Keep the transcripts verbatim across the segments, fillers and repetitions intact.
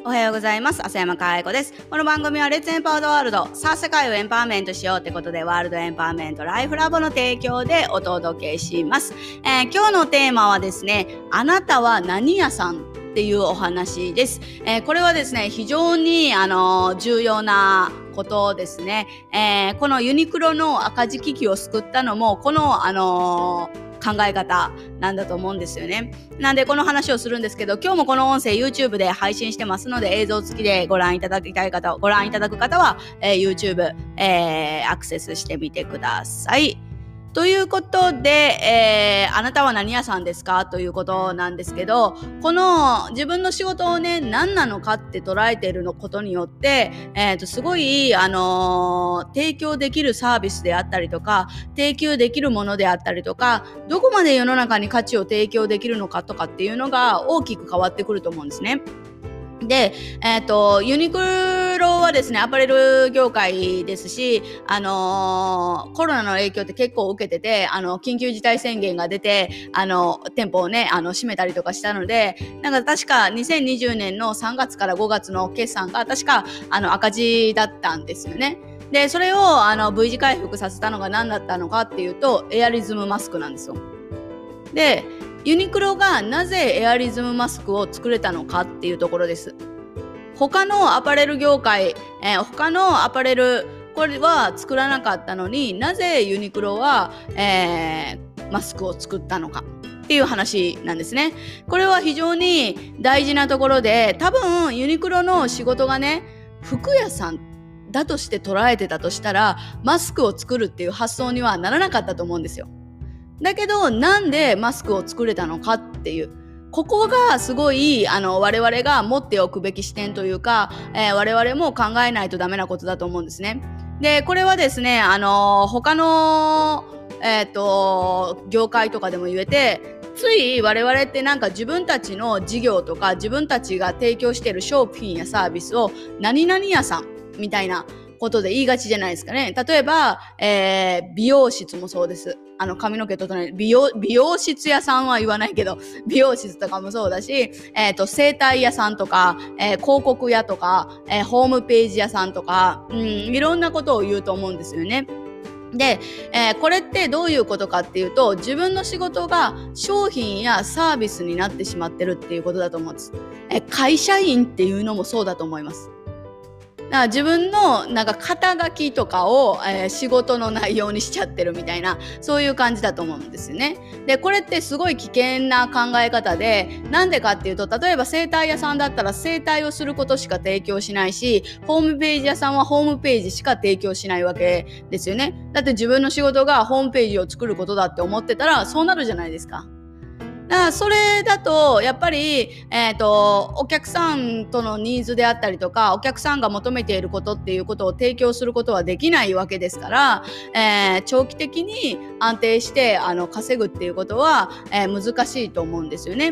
おはようございます。浅山かあや子です。この番組はレッツエンパワードワールド、さあ世界をエンパワーメントしようってことで、ワールドエンパワーメントライフラボの提供でお届けします。えー、今日のテーマはですね、あなたは何屋さんっていうお話です。えー、これはですね、非常にあの重要なことですね。えー、このユニクロの赤字危機を救ったのもこのあのー考え方なんだと思うんですよね。なんでこの話をするんですけど、今日もこの音声 YouTube で配信してますので、映像付きでご覧いただきたい方、ご覧いただく方は、えー、YouTube、えー、アクセスしてみてください。ということで、えー、あなたは何屋さんですかということなんですけど、この自分の仕事をね、何なのかって捉えているのことによって、えーと、すごい、あのー、提供できるサービスであったりとか、提供できるものであったりとか、どこまで世の中に価値を提供できるのかとかっていうのが大きく変わってくると思うんですね。で、えっと、ユニクロはですね、アパレル業界ですし、あのー、コロナの影響って結構受けてて、あの、緊急事態宣言が出て、あの、店舗をね、あの、閉めたりとかしたので、なんか確かにせんにじゅうねんのさんがつからごがつの決算が確か、あの、赤字だったんですよね。で、それを、あの、V 字回復させたのが何だったのかっていうと、エアリズムマスクなんですよ。で、ユニクロがなぜエアリズムマスクを作れたのかっていうところです。他のアパレル業界、えー、他のアパレルこれは作らなかったのになぜユニクロは、えー、マスクを作ったのかっていう話なんですね。これは非常に大事なところで、多分ユニクロの仕事がね、服屋さんだとして捉えてたとしたらマスクを作るっていう発想にはならなかったと思うんですよ。だけどなんでマスクを作れたのかっていう、ここがすごいあの我々が持っておくべき視点というか、えー、我々も考えないとダメなことだと思うんですね。で、これはですね、あの他の、えーと、業界とかでも言えて、つい我々ってなんか自分たちの事業とか自分たちが提供している商品やサービスを何々屋さんみたいなことで言いがちじゃないですかね。例えば、えー、美容室もそうです。あの髪の毛整える美容美容室屋さんは言わないけど、美容室とかもそうだし、えっと整体屋さんとか、えー、広告屋とか、えー、ホームページ屋さんとか、うん、いろんなことを言うと思うんですよね。で、えー、これってどういうことかっていうと、自分の仕事が商品やサービスになってしまってるっていうことだと思うんです。えー、会社員っていうのもそうだと思います。だから自分のなんか肩書きとかを、えー、仕事の内容にしちゃってるみたいな、そういう感じだと思うんですよね。で、これってすごい危険な考え方で、なんでかっていうと、例えば整体屋さんだったら整体をすることしか提供しないし、ホームページ屋さんはホームページしか提供しないわけですよね。だって自分の仕事がホームページを作ることだって思ってたらそうなるじゃないですか。だからそれだとやっぱり、えーと、お客さんとのニーズであったりとか、お客さんが求めていることっていうことを提供することはできないわけですから、えー、長期的に安定してあの稼ぐっていうことは、えー、難しいと思うんですよね。うん、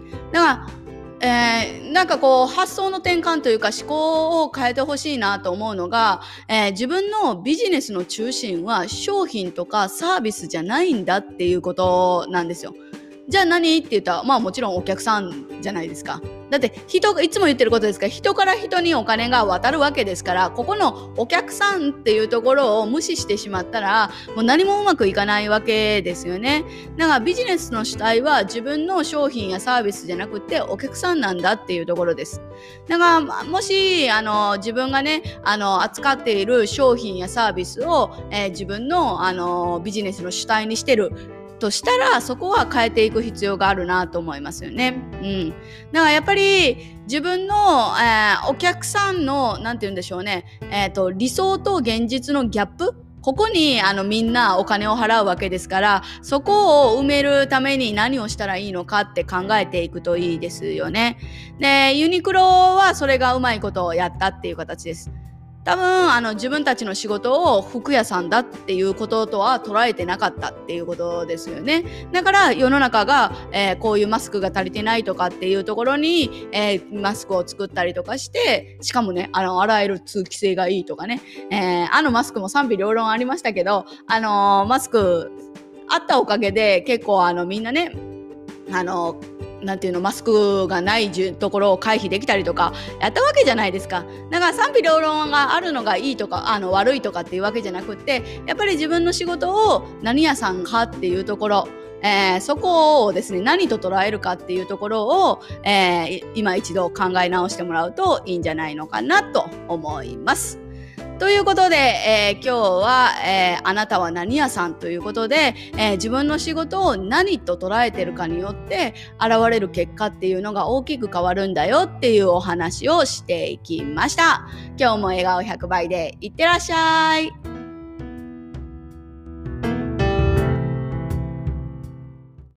だからえー、なんかこう発想の転換というか思考を変えてほしいなと思うのが、えー、自分のビジネスの中心は商品とかサービスじゃないんだっていうことなんですよ。じゃあ何って言ったら、まあもちろんお客さんじゃないですか。だって人がいつも言ってることですから、人から人にお金が渡るわけですから、ここのお客さんっていうところを無視してしまったら、もう何もうまくいかないわけですよね。だからビジネスの主体は自分の商品やサービスじゃなくてお客さんなんだっていうところです。だからもしあの自分がねあの扱っている商品やサービスを、えー、自分のあのビジネスの主体にしてるとしたら、そこは変えていく必要があるなと思いますよね。うん。だからやっぱり自分の、えー、お客さんのなんて言うんでしょうね、えーと、理想と現実のギャップ、ここにあのみんなお金を払うわけですから、そこを埋めるために何をしたらいいのかって考えていくといいですよね。で、ユニクロはそれがうまいことをやったっていう形です。多分あの自分たちの仕事を服屋さんだっていうこととは捉えてなかったっていうことですよね。だから世の中が、えー、こういうマスクが足りてないとかっていうところに、えー、マスクを作ったりとかして、しかもね、あの洗える通気性がいいとかね、えー、あのマスクも賛否両論ありましたけど、あのー、マスクあったおかげで結構あのみんなね、あのなんていうの、マスクがないじゅところを回避できたりとかやったわけじゃないですか。だから賛否両論があるのがいいとかあの悪いとかっていうわけじゃなくって、やっぱり自分の仕事を何屋さんかっていうところ、えー、そこをですね何と捉えるかっていうところを、えー、今一度考え直してもらうといいんじゃないのかなと思います。ということで、えー、今日は、えー、あなたは何屋さんということで、えー、自分の仕事を何と捉えているかによって現れる結果っていうのが大きく変わるんだよっていうお話をしていきました。今日も笑顔ひゃくばいでいってらっしゃい。